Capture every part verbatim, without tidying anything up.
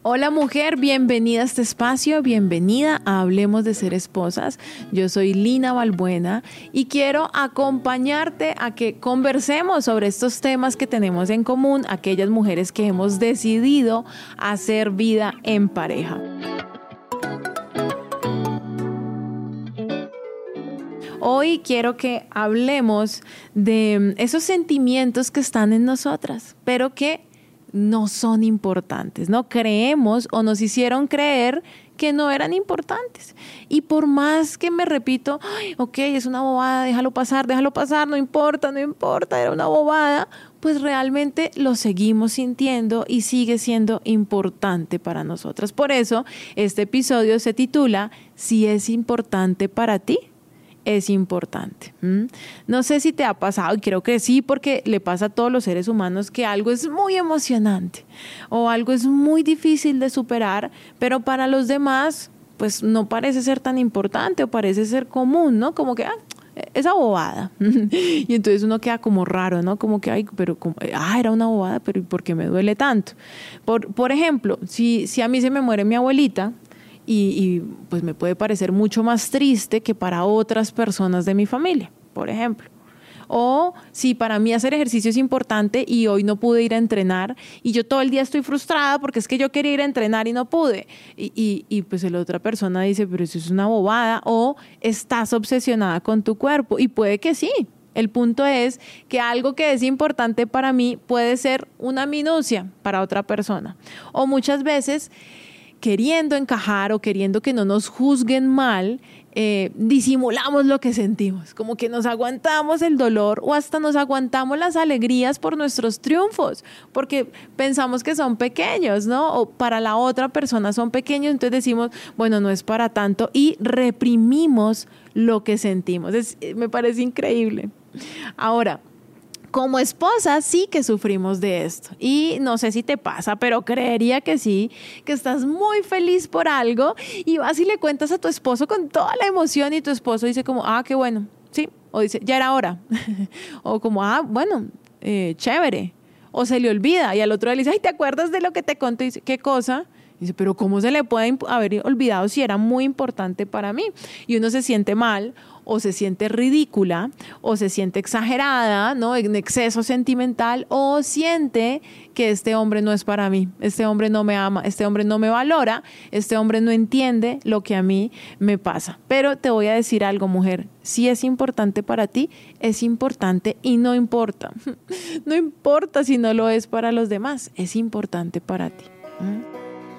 Hola mujer, bienvenida a este espacio, bienvenida a Hablemos de Ser Esposas. Yo soy Lina Balbuena y quiero acompañarte a que conversemos sobre estos temas que tenemos en común, aquellas mujeres que hemos decidido hacer vida en pareja. Hoy quiero que hablemos de esos sentimientos que están en nosotras, pero que no son importantes, ¿no? Creemos o nos hicieron creer que no eran importantes. Y por más que me repito, ay, ok, es una bobada, déjalo pasar, déjalo pasar, no importa, no importa, era una bobada, pues realmente lo seguimos sintiendo y sigue siendo importante para nosotras. Por eso, este episodio se titula Si es importante para ti. Es importante. ¿Mm? No sé si te ha pasado, y creo que sí, porque le pasa a todos los seres humanos que algo es muy emocionante o algo es muy difícil de superar, pero para los demás, pues no parece ser tan importante o parece ser común, ¿no? Como que, ah, esa bobada. Y entonces uno queda como raro, ¿no? Como que, ay, pero, como, ah, era una bobada, pero ¿por qué me duele tanto? Por, por ejemplo, si, si a mí se me muere mi abuelita, Y, y pues me puede parecer mucho más triste que para otras personas de mi familia, por ejemplo. O si para mí hacer ejercicio es importante y hoy no pude ir a entrenar y yo todo el día estoy frustrada porque es que yo quería ir a entrenar y no pude. Y, y, y pues la otra persona dice, pero eso es una bobada, o estás obsesionada con tu cuerpo. Y puede que sí. El punto es que algo que es importante para mí puede ser una minucia para otra persona. O muchas veces, queriendo encajar o queriendo que no nos juzguen mal, eh, disimulamos lo que sentimos, como que nos aguantamos el dolor o hasta nos aguantamos las alegrías por nuestros triunfos, porque pensamos que son pequeños, ¿no? O para la otra persona son pequeños, entonces decimos, bueno, no es para tanto y reprimimos lo que sentimos. Es, me parece increíble. Ahora, como esposa sí que sufrimos de esto y no sé si te pasa, pero creería que sí, que estás muy feliz por algo y vas y le cuentas a tu esposo con toda la emoción y tu esposo dice como, ah, qué bueno, sí, o dice, ya era hora, o como, ah, bueno, eh, chévere, o se le olvida y al otro día le dice, ay, ¿te acuerdas de lo que te conté? Y dice, ¿qué cosa? Dice, pero ¿cómo se le puede haber olvidado si era muy importante para mí? Y uno se siente mal o se siente ridícula o se siente exagerada, ¿no? En exceso sentimental, o siente que este hombre no es para mí, este hombre no me ama, este hombre no me valora, este hombre no entiende lo que a mí me pasa. Pero te voy a decir algo, mujer, si es importante para ti, es importante y no importa. No importa si no lo es para los demás, es importante para ti. ¿Mm?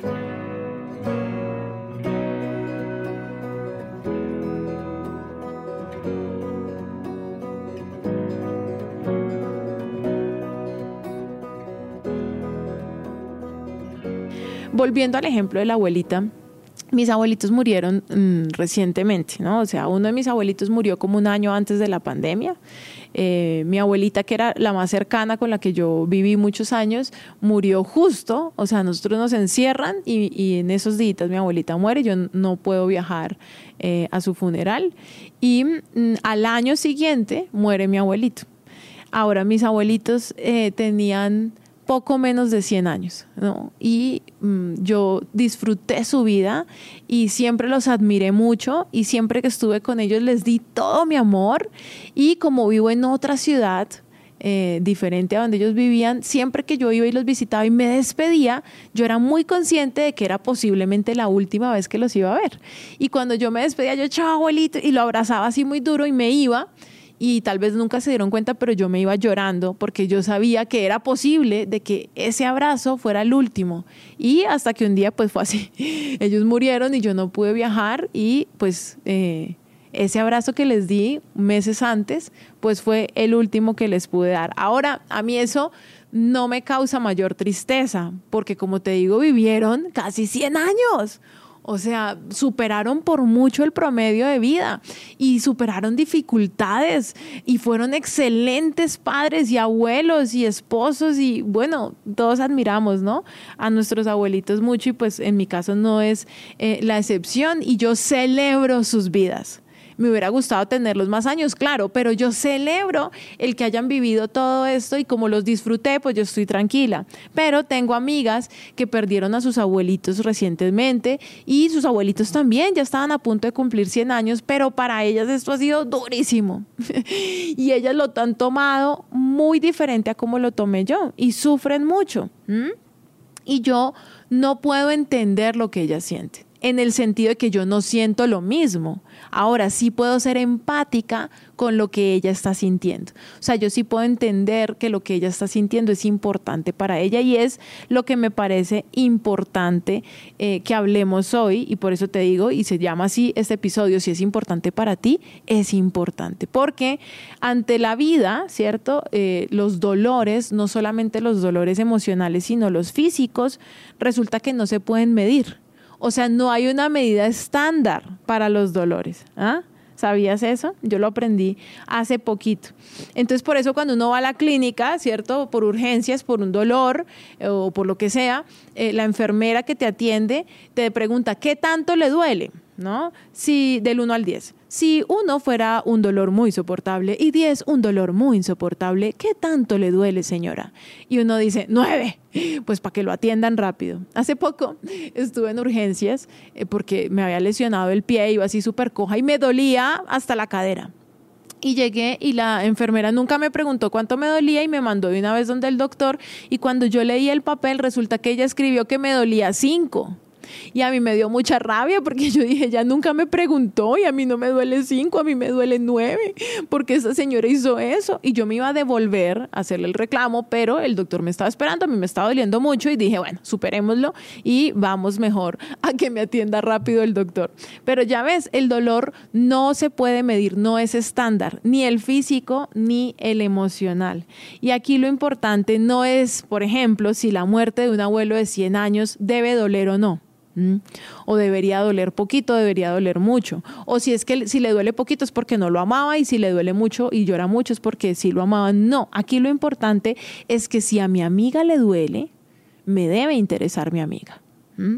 Volviendo al ejemplo de la abuelita, mis abuelitos murieron mmm, recientemente, ¿no? O sea, uno de mis abuelitos murió como un año antes de la pandemia. Eh, mi abuelita, que era la más cercana con la que yo viví muchos años, murió justo. O sea, nosotros nos encierran y, y en esos días mi abuelita muere. Yo no puedo viajar eh, a su funeral. Y mmm, al año siguiente muere mi abuelito. Ahora, mis abuelitos eh, tenían poco menos de cien años, ¿no? Y mmm, yo disfruté su vida y siempre los admiré mucho y siempre que estuve con ellos les di todo mi amor, y como vivo en otra ciudad eh, diferente a donde ellos vivían, siempre que yo iba y los visitaba y me despedía, yo era muy consciente de que era posiblemente la última vez que los iba a ver. Y cuando yo me despedía, yo, chao abuelito, y lo abrazaba así muy duro y me iba. Y tal vez nunca se dieron cuenta, pero yo me iba llorando porque yo sabía que era posible de que ese abrazo fuera el último. Y hasta que un día pues fue así. Ellos murieron y yo no pude viajar y pues eh, ese abrazo que les di meses antes pues fue el último que les pude dar. Ahora, a mí eso no me causa mayor tristeza porque, como te digo, vivieron casi cien años. O sea, superaron por mucho el promedio de vida y superaron dificultades y fueron excelentes padres y abuelos y esposos, y bueno, todos admiramos, ¿no?, a nuestros abuelitos mucho, y pues en mi caso no es eh, la excepción, y yo celebro sus vidas. me hubiera gustado tenerlos más años, claro, pero yo celebro el que hayan vivido todo esto y como los disfruté, pues yo estoy tranquila. Pero tengo amigas que perdieron a sus abuelitos recientemente y sus abuelitos también ya estaban a punto de cumplir cien años, pero para ellas esto ha sido durísimo. Y ellas lo han tomado muy diferente a como lo tomé yo y sufren mucho. ¿Mm? Y yo no puedo entender lo que ellas sienten, en el sentido de que yo no siento lo mismo. Ahora sí puedo ser empática con lo que ella está sintiendo. O sea, yo sí puedo entender que lo que ella está sintiendo es importante para ella y es lo que me parece importante eh, que hablemos hoy, y por eso te digo, y se llama así este episodio, si es importante para ti, es importante. Porque ante la vida, ¿cierto? Eh, los dolores, no solamente los dolores emocionales, sino los físicos, resulta que no se pueden medir. O sea, no hay una medida estándar para los dolores. ¿Ah? ¿Sabías eso? Yo lo aprendí hace poquito. Entonces, por eso cuando uno va a la clínica, ¿cierto? Por urgencias, por un dolor eh, o por lo que sea, eh, la enfermera que te atiende te pregunta, ¿qué tanto le duele? ¿No? Si del uno al diez. Si uno fuera un dolor muy soportable y diez un dolor muy insoportable, ¿qué tanto le duele, señora? Y uno dice, nueve, pues para que lo atiendan rápido. Hace poco estuve en urgencias eh, porque me había lesionado el pie, iba así súper coja y me dolía hasta la cadera. Y llegué y la enfermera nunca me preguntó cuánto me dolía y me mandó de una vez donde el doctor, y cuando yo leí el papel resulta que ella escribió que me dolía cinco. Y a mí me dio mucha rabia porque yo dije, ella nunca me preguntó y a mí no me duele cinco, a mí me duele nueve, porque esa señora hizo eso. Y yo me iba a devolver a hacerle el reclamo, pero el doctor me estaba esperando, a mí me estaba doliendo mucho y dije, bueno, superémoslo y vamos mejor a que me atienda rápido el doctor. Pero ya ves, el dolor no se puede medir, no es estándar, ni el físico ni el emocional. Y aquí lo importante no es, por ejemplo, si la muerte de un abuelo de cien años debe doler o no. ¿Mm? O debería doler poquito, debería doler mucho. O si es que si le duele poquito es porque no lo amaba, y si le duele mucho y llora mucho es porque sí lo amaba. No, aquí lo importante es que si a mi amiga le duele, me debe interesar mi amiga. ¿Mm?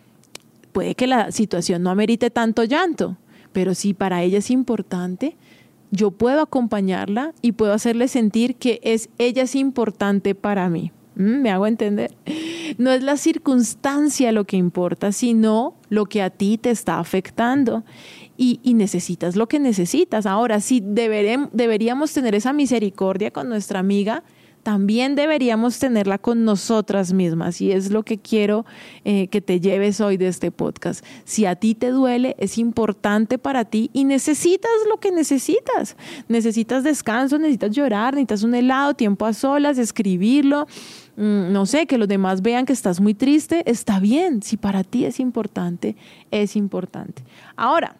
Puede que la situación no amerite tanto llanto, pero si para ella es importante, yo puedo acompañarla y puedo hacerle sentir que es, ella es importante para mí. ¿Me hago entender? No es la circunstancia lo que importa, sino lo que a ti te está afectando. Y, y necesitas lo que necesitas. Ahora, si deberem, deberíamos tener esa misericordia con nuestra amiga, también deberíamos tenerla con nosotras mismas. Y es lo que quiero eh, que te lleves hoy de este podcast. Si a ti te duele, es importante para ti y necesitas lo que necesitas. Necesitas descanso, necesitas llorar, necesitas un helado, tiempo a solas, escribirlo. No sé, que los demás vean que estás muy triste, está bien. Si para ti es importante, es importante. Ahora,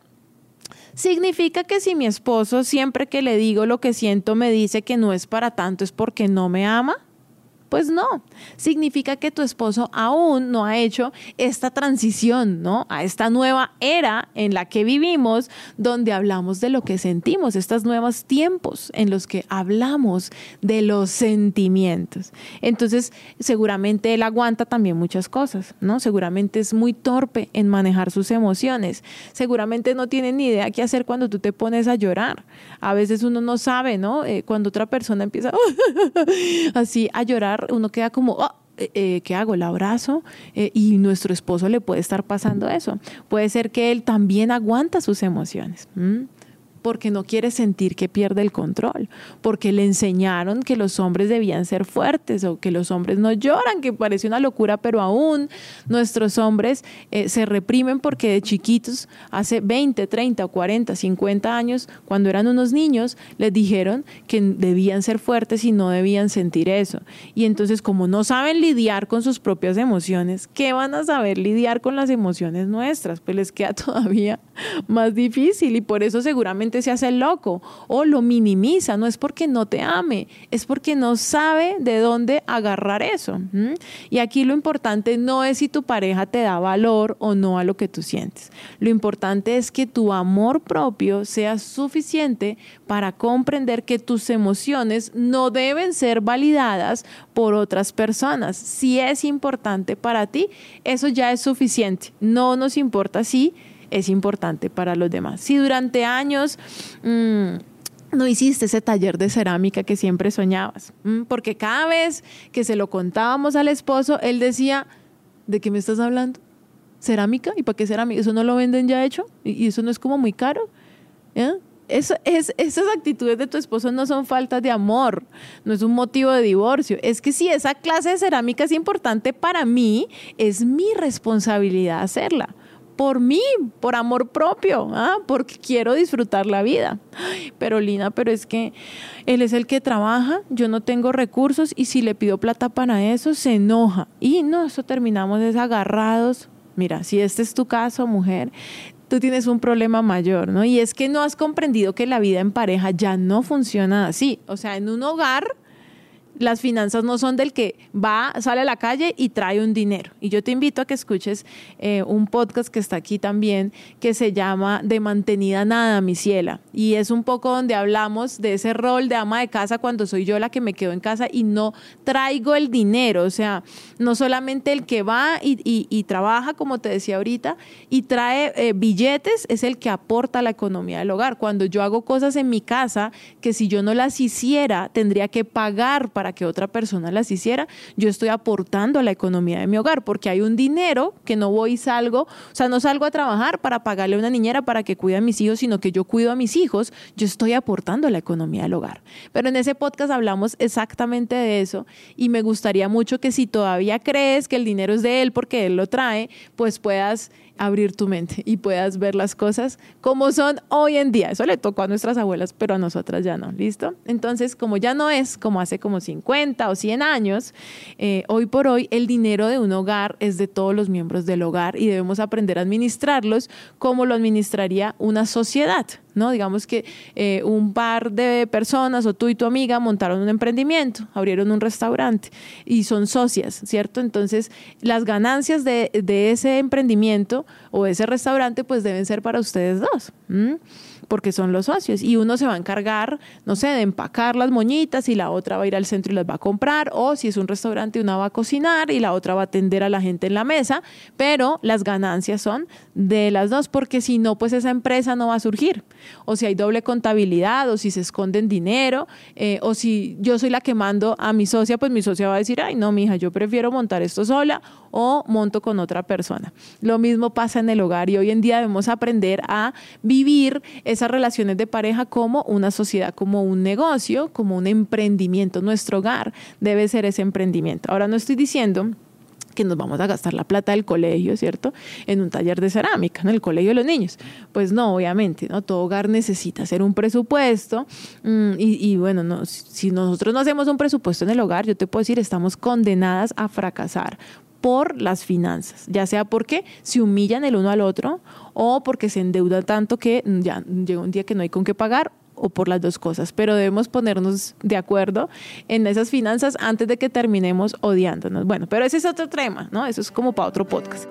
¿significa que si mi esposo siempre que le digo lo que siento me dice que no es para tanto es porque no me ama? Pues no, significa que tu esposo aún no ha hecho esta transición, ¿no? A esta nueva era en la que vivimos, donde hablamos de lo que sentimos, estos nuevos tiempos en los que hablamos de los sentimientos. Entonces, seguramente él aguanta también muchas cosas, ¿no? Seguramente es muy torpe en manejar sus emociones. Seguramente no tiene ni idea qué hacer cuando tú te pones a llorar. A veces uno no sabe, ¿no? Eh, cuando otra persona empieza así a llorar, uno queda como, oh, eh, ¿qué hago? ¿El abrazo? Eh, y nuestro esposo le puede estar pasando eso. Puede ser que él también aguanta sus emociones. ¿Mm? Porque no quiere sentir que pierde el control, porque le enseñaron que los hombres debían ser fuertes o que los hombres no lloran, que parece una locura, pero aún nuestros hombres eh, se reprimen porque de chiquitos, hace veinte, treinta, cuarenta, cincuenta años, cuando eran unos niños, les dijeron que debían ser fuertes y no debían sentir eso. Y entonces, como no saben lidiar con sus propias emociones, ¿qué van a saber lidiar con las emociones nuestras? Pues les queda todavía más difícil y por eso seguramente se hace loco o lo minimiza. No es porque no te ame, es porque no sabe de dónde agarrar eso. ¿Mm? Y aquí lo importante no es si tu pareja te da valor o no a lo que tú sientes. Lo importante es que tu amor propio sea suficiente para comprender que tus emociones no deben ser validadas por otras personas. Si es importante para ti, eso ya es suficiente. No nos importa si es importante para los demás. Si durante años mmm, no hiciste ese taller de cerámica que siempre soñabas, ¿m? Porque cada vez que se lo contábamos al esposo, él decía, ¿de qué me estás hablando? ¿Cerámica? ¿Y para qué cerámica? ¿Eso no lo venden ya hecho? ¿Y eso no es como muy caro? ¿Eh? Eso, es, esas actitudes de tu esposo no son faltas de amor, no es un motivo de divorcio. Es que si esa clase de cerámica es importante para mí, es mi responsabilidad hacerla. Por mí, por amor propio, ¿ah? Porque quiero disfrutar la vida. Ay, pero Lina, pero es que él es el que trabaja, yo no tengo recursos y si le pido plata para eso, se enoja. Y no, eso terminamos desagarrados. Mira, si este es tu caso, mujer, tú tienes un problema mayor, ¿no? Y es que no has comprendido que la vida en pareja ya no funciona así. O sea, en un hogar, las finanzas no son del que va, sale a la calle y trae un dinero. Y yo te invito a que escuches eh, un podcast que está aquí también, que se llama De mantenida nada, mi ciela. Y es un poco donde hablamos de ese rol de ama de casa cuando soy yo la que me quedo en casa y no traigo el dinero. O sea, no solamente el que va y, y, y trabaja, como te decía ahorita, y trae eh, billetes, es el que aporta a la economía del hogar. Cuando yo hago cosas en mi casa que si yo no las hiciera, tendría que pagar para que otra persona las hiciera, yo estoy aportando a la economía de mi hogar, porque hay un dinero que no voy y salgo, o sea, no salgo a trabajar para pagarle a una niñera para que cuide a mis hijos, sino que yo cuido a mis hijos, yo estoy aportando a la economía del hogar. Pero en ese podcast hablamos exactamente de eso y me gustaría mucho que si todavía crees que el dinero es de él porque él lo trae, pues puedas abrir tu mente y puedas ver las cosas como son hoy en día. Eso le tocó a nuestras abuelas, pero a nosotras ya no. ¿Listo? Entonces, como ya no es como hace como cincuenta o cien años, eh, hoy por hoy el dinero de un hogar es de todos los miembros del hogar y debemos aprender a administrarlos como lo administraría una sociedad, ¿no? Digamos que eh, un par de personas o tú y tu amiga montaron un emprendimiento, abrieron un restaurante y son socias, ¿cierto? Entonces, las ganancias de, de ese emprendimiento o ese restaurante pues deben ser para ustedes dos, ¿m? Porque son los socios y uno se va a encargar, no sé, de empacar las moñitas y la otra va a ir al centro y las va a comprar, o si es un restaurante una va a cocinar y la otra va a atender a la gente en la mesa, pero las ganancias son de las dos, porque si no, pues esa empresa no va a surgir, o si hay doble contabilidad, o si se esconden dinero, eh, o si yo soy la que mando a mi socia, pues mi socia va a decir, ay no, mija, yo prefiero montar esto sola o monto con otra persona. Lo mismo pasa en el hogar y hoy en día debemos aprender a vivir esas relaciones de pareja como una sociedad, como un negocio, como un emprendimiento. Nuestro hogar debe ser ese emprendimiento. Ahora no estoy diciendo que nos vamos a gastar la plata del colegio, ¿cierto? En un taller de cerámica, en el colegio de los niños. Pues no, obviamente, ¿no? Todo hogar necesita hacer un presupuesto mmm, y, y bueno, no, si nosotros no hacemos un presupuesto en el hogar, yo te puedo decir, estamos condenadas a fracasar por las finanzas, ya sea porque se humillan el uno al otro o porque se endeudan tanto que ya llega un día que no hay con qué pagar, o por las dos cosas, pero debemos ponernos de acuerdo en esas finanzas antes de que terminemos odiándonos. Bueno, pero ese es otro tema, ¿no? Eso es como para otro podcast.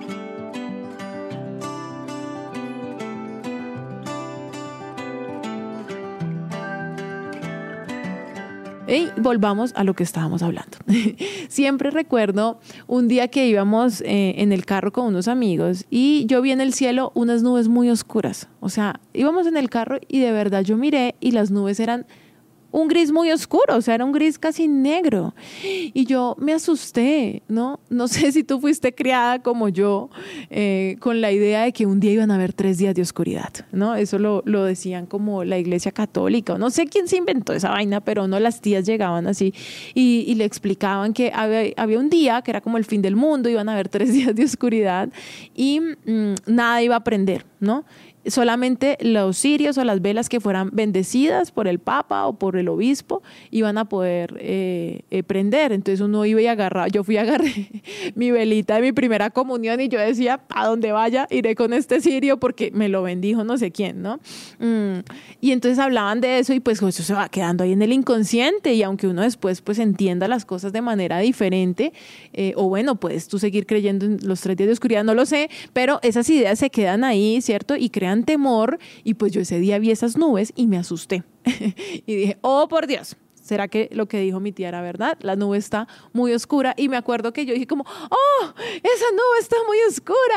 Y volvamos a lo que estábamos hablando. Siempre recuerdo un día que íbamos eh, en el carro con unos amigos y yo vi en el cielo unas nubes muy oscuras. O sea, íbamos en el carro y de verdad yo miré y las nubes eran un gris muy oscuro, o sea, era un gris casi negro. Y yo me asusté, ¿no? No sé si tú fuiste criada como yo, eh, con la idea de que un día iban a haber tres días de oscuridad, ¿no? Eso lo, lo decían como la Iglesia Católica. No sé quién se inventó esa vaina, pero no, las tías llegaban así y, y le explicaban que había, había un día que era como el fin del mundo, iban a haber tres días de oscuridad y mmm, nada iba a prender, ¿no? Solamente los cirios o las velas que fueran bendecidas por el Papa o por el obispo iban a poder eh, eh, prender. Entonces uno iba y agarraba, yo fui a agarrar mi velita de mi primera comunión y yo decía, a donde vaya iré con este cirio porque me lo bendijo no sé quién, ¿no? Mm. Y entonces hablaban de eso y pues eso se va quedando ahí en el inconsciente y aunque uno después pues entienda las cosas de manera diferente, eh, o bueno, puedes tú seguir creyendo en los tres días de oscuridad, no lo sé, pero esas ideas se quedan ahí, ¿cierto? Y crean temor y pues yo ese día vi esas nubes y me asusté y dije, oh por Dios, ¿será que lo que dijo mi tía era verdad? La nube está muy oscura y me acuerdo que yo dije como, oh, esa nube está muy oscura.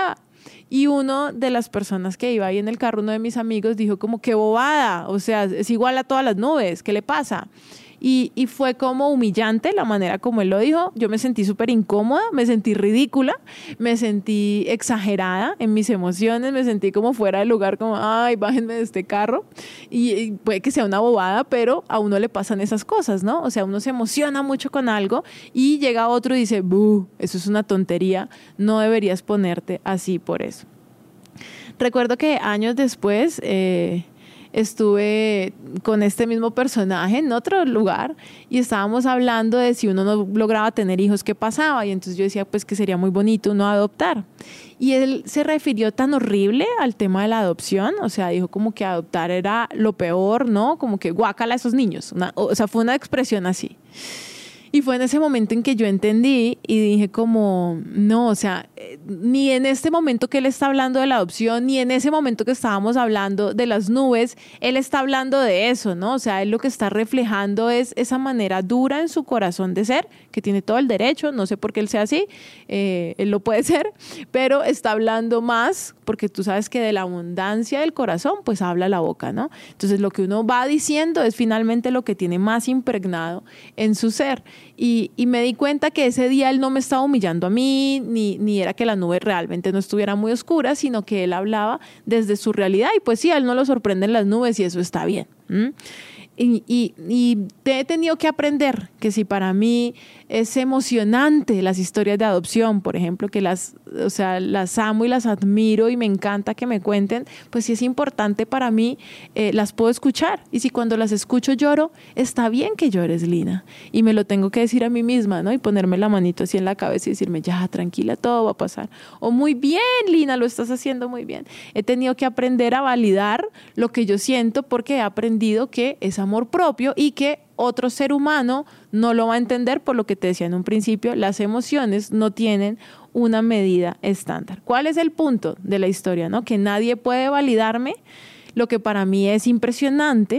Y uno de las personas que iba ahí en el carro, uno de mis amigos, dijo como, qué bobada, o sea, es igual a todas las nubes, ¿qué le pasa? Y, y fue como humillante la manera como él lo dijo. Yo me sentí súper incómoda, me sentí ridícula, me sentí exagerada en mis emociones, me sentí como fuera de lugar, como, ay, bájenme de este carro. Y, y puede que sea una bobada, pero a uno le pasan esas cosas, ¿no? O sea, uno se emociona mucho con algo y llega otro y dice, buh, eso es una tontería, no deberías ponerte así por eso. Recuerdo que años después... Eh, estuve con este mismo personaje en otro lugar y estábamos hablando de si uno no lograba tener hijos, qué pasaba. Y entonces yo decía, pues que sería muy bonito uno adoptar. Y él se refirió tan horrible al tema de la adopción, o sea, dijo como que adoptar era lo peor, ¿no? Como que guácala a esos niños. Una, o sea, fue una expresión así. Y fue en ese momento en que yo entendí y dije como, no, o sea, ni en este momento que él está hablando de la adopción, ni en ese momento que estábamos hablando de las nubes, él está hablando de eso, ¿no? O sea, él lo que está reflejando es esa manera dura en su corazón de ser, que tiene todo el derecho, no sé por qué él sea así, eh, él lo puede ser, pero está hablando más, porque tú sabes que de la abundancia del corazón, pues habla la boca, ¿no? Entonces lo que uno va diciendo es finalmente lo que tiene más impregnado en su ser. Y, y me di cuenta que ese día él no me estaba humillando a mí, ni, ni era que la nube realmente no estuviera muy oscura, sino que él hablaba desde su realidad. Y pues sí, a él no lo sorprenden las nubes y eso está bien. ¿Mm? Y, y, y te he tenido que aprender que si para mí es emocionante las historias de adopción, por ejemplo, que las, o sea, las amo y las admiro y me encanta que me cuenten, pues si es importante para mí, eh, las puedo escuchar. Y si cuando las escucho lloro, está bien que llores, Lina. Y me lo tengo que decir a mí misma, ¿no? Y ponerme la manito así en la cabeza y decirme, ya, tranquila, todo va a pasar. O muy bien, Lina, lo estás haciendo muy bien. He tenido que aprender a validar lo que yo siento porque he aprendido que es amor propio y que otro ser humano no lo va a entender, por lo que te decía en un principio, las emociones no tienen una medida estándar. ¿Cuál es el punto de la historia, no? Que nadie puede validarme lo que para mí es impresionante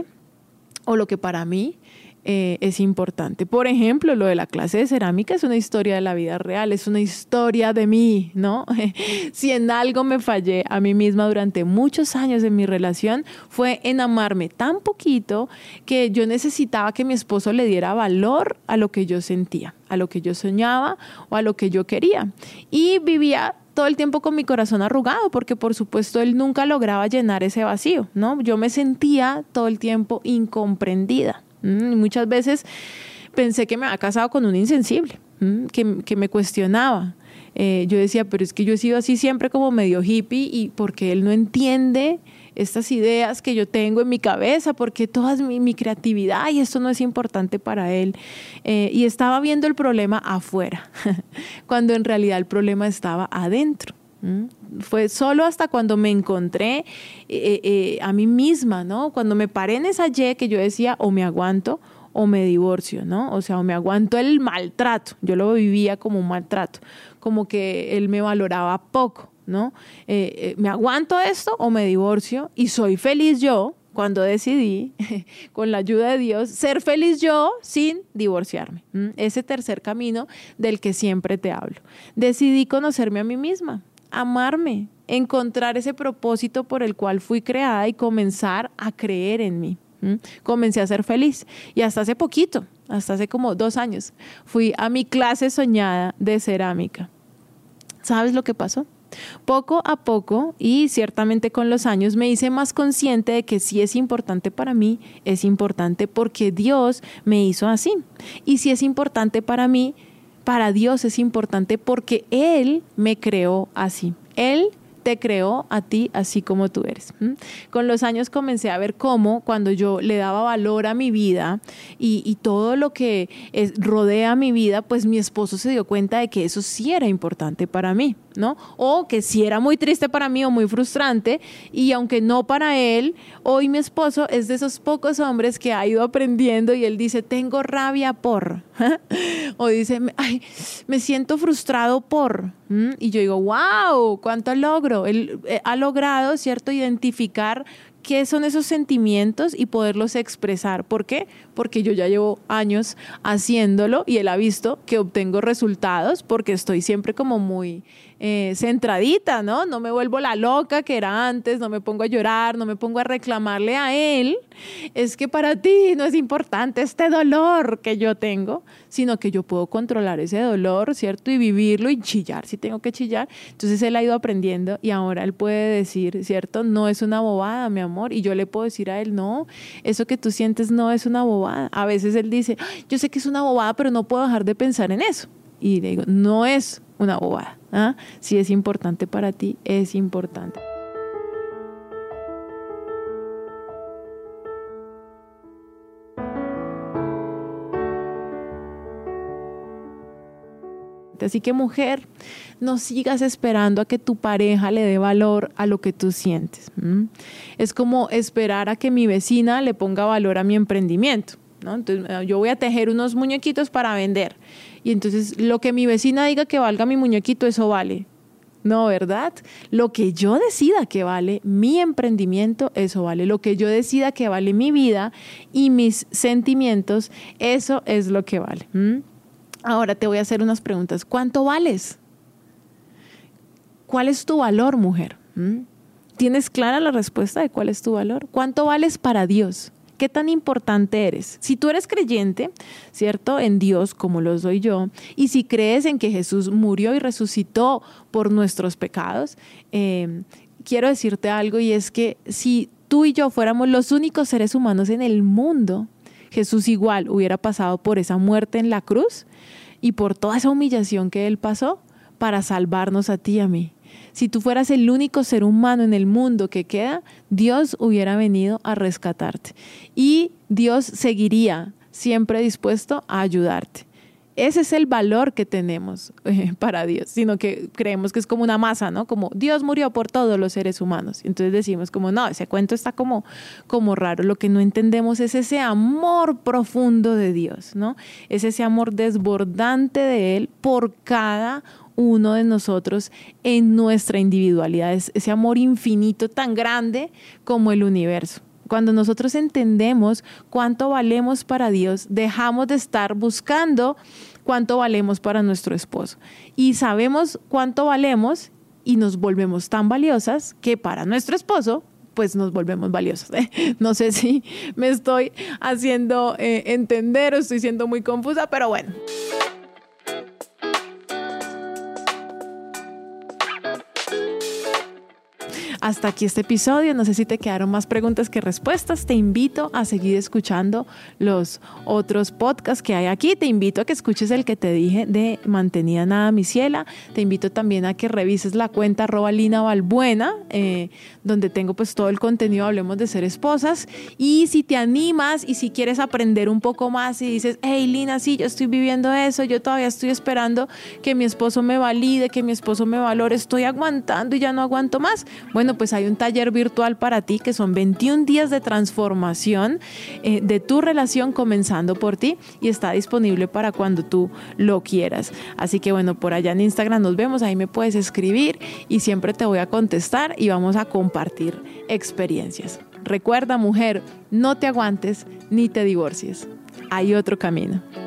o lo que para mí eh, es importante. Por ejemplo, lo de la clase de cerámica es una historia de la vida real, es una historia de mí, ¿no? Si en algo me fallé a mí misma durante muchos años en mi relación fue en amarme tan poquito que yo necesitaba que mi esposo le diera valor a lo que yo sentía, a lo que yo soñaba o a lo que yo quería. Y vivía todo el tiempo con mi corazón arrugado porque por supuesto él nunca lograba llenar ese vacío, ¿no? Yo me sentía todo el tiempo incomprendida. ¿Mm? Muchas veces pensé que me había casado con un insensible, ¿Mm? que, que me cuestionaba. Eh, yo decía, pero es que yo he sido así siempre como medio hippie y porque él no entiende estas ideas que yo tengo en mi cabeza, porque toda mi, mi creatividad y esto no es importante para él. Eh, y estaba viendo el problema afuera, cuando en realidad el problema estaba adentro. ¿Mm? Fue solo hasta cuando me encontré eh, eh, a mí misma, ¿no? Cuando me paré en esa Y que yo decía, o me aguanto o me divorcio, ¿no? O sea, o me aguanto el maltrato. Yo lo vivía como un maltrato, como que él me valoraba poco, ¿no? Eh, eh, me aguanto esto o me divorcio y soy feliz yo cuando decidí, con la ayuda de Dios, ser feliz yo sin divorciarme. ¿Mm? Ese tercer camino del que siempre te hablo. Decidí conocerme a mí misma, amarme, encontrar ese propósito por el cual fui creada y comenzar a creer en mí. ¿Mm? Comencé a ser feliz y hasta hace poquito, hasta hace como dos años, fui a mi clase soñada de cerámica. ¿Sabes lo que pasó? Poco a poco y ciertamente con los años me hice más consciente de que si es importante para mí, es importante porque Dios me hizo así. Y si es importante para mí, para Dios es importante porque Él me creó así. Él te creó a ti así como tú eres. ¿Mm? Con los años comencé a ver cómo cuando yo le daba valor a mi vida y, y todo lo que es, rodea mi vida, pues mi esposo se dio cuenta de que eso sí era importante para mí, ¿no? O que sí era muy triste para mí o muy frustrante y aunque no para él, hoy mi esposo es de esos pocos hombres que ha ido aprendiendo y él dice, tengo rabia por, o dice, ay, me siento frustrado por, ¿Mm? Y yo digo, wow, cuánto logro. Él eh, ha logrado, ¿cierto?, identificar qué son esos sentimientos y poderlos expresar. ¿Por qué? Porque yo ya llevo años haciéndolo y él ha visto que obtengo resultados porque estoy siempre como muy eh, centradita, ¿no? No me vuelvo la loca que era antes, no me pongo a llorar, no me pongo a reclamarle a él. Es que para ti no es importante este dolor que yo tengo, sino que yo puedo controlar ese dolor, ¿cierto? Y vivirlo y chillar si tengo que chillar. Entonces él ha ido aprendiendo y ahora él puede decir, ¿cierto? No es una bobada, mi amor. Y yo le puedo decir a él, no, eso que tú sientes no es una bobada. A veces él dice, yo sé que es una bobada, pero no puedo dejar de pensar en eso. Y le digo, no es una bobada. ¿Ah? Si es importante para ti, es importante. Así que, mujer, no sigas esperando a que tu pareja le dé valor a lo que tú sientes. ¿Mm? Es como esperar a que mi vecina le ponga valor a mi emprendimiento, ¿no? Entonces, yo voy a tejer unos muñequitos para vender. Y entonces, lo que mi vecina diga que valga mi muñequito, eso vale. No, ¿verdad? Lo que yo decida que vale mi emprendimiento, eso vale. Lo que yo decida que vale mi vida y mis sentimientos, eso es lo que vale. ¿Mm? Ahora te voy a hacer unas preguntas. ¿Cuánto vales? ¿Cuál es tu valor, mujer? ¿Mm? ¿Tienes clara la respuesta de cuál es tu valor? ¿Cuánto vales para Dios? ¿Qué tan importante eres? Si tú eres creyente, ¿cierto? En Dios, como lo soy yo, y si crees en que Jesús murió y resucitó por nuestros pecados, eh, quiero decirte algo, y es que si tú y yo fuéramos los únicos seres humanos en el mundo, Jesús igual hubiera pasado por esa muerte en la cruz y por toda esa humillación que Él pasó para salvarnos a ti y a mí. Si tú fueras el único ser humano en el mundo que queda, Dios hubiera venido a rescatarte. Y Dios seguiría siempre dispuesto a ayudarte. Ese es el valor que tenemos eh, para Dios, sino que creemos que es como una masa, ¿no? Como Dios murió por todos los seres humanos. Entonces decimos como, no, ese cuento está como, como raro. Lo que no entendemos es ese amor profundo de Dios, ¿no? Es ese amor desbordante de Él por cada uno de nosotros en nuestra individualidad. Es ese amor infinito tan grande como el universo. Cuando nosotros entendemos cuánto valemos para Dios, dejamos de estar buscando cuánto valemos para nuestro esposo. Y sabemos cuánto valemos y nos volvemos tan valiosas que para nuestro esposo, pues nos volvemos valiosos. No sé si me estoy haciendo eh, entender o estoy siendo muy confusa, pero bueno. Hasta aquí este episodio. No sé si te quedaron más preguntas que respuestas. Te invito a seguir escuchando los otros podcasts que hay aquí. Te invito a que escuches el que te dije de Mantenida Nada Mi Ciela. Te invito también a que revises la cuenta arroba Lina Balbuena, eh, donde tengo pues todo el contenido Hablemos de Ser Esposas. Y si te animas y si quieres aprender un poco más y dices, hey Lina, sí, yo estoy viviendo eso, yo todavía estoy esperando que mi esposo me valide, que mi esposo me valore, estoy aguantando y ya no aguanto más. Bueno, pues hay un taller virtual para ti que son veintiún días de transformación eh, de tu relación comenzando por ti y está disponible para cuando tú lo quieras. Así que bueno, por allá en Instagram nos vemos, ahí me puedes escribir y siempre te voy a contestar y vamos a compartir experiencias. Recuerda, mujer, no te aguantes ni te divorcies. Hay otro camino.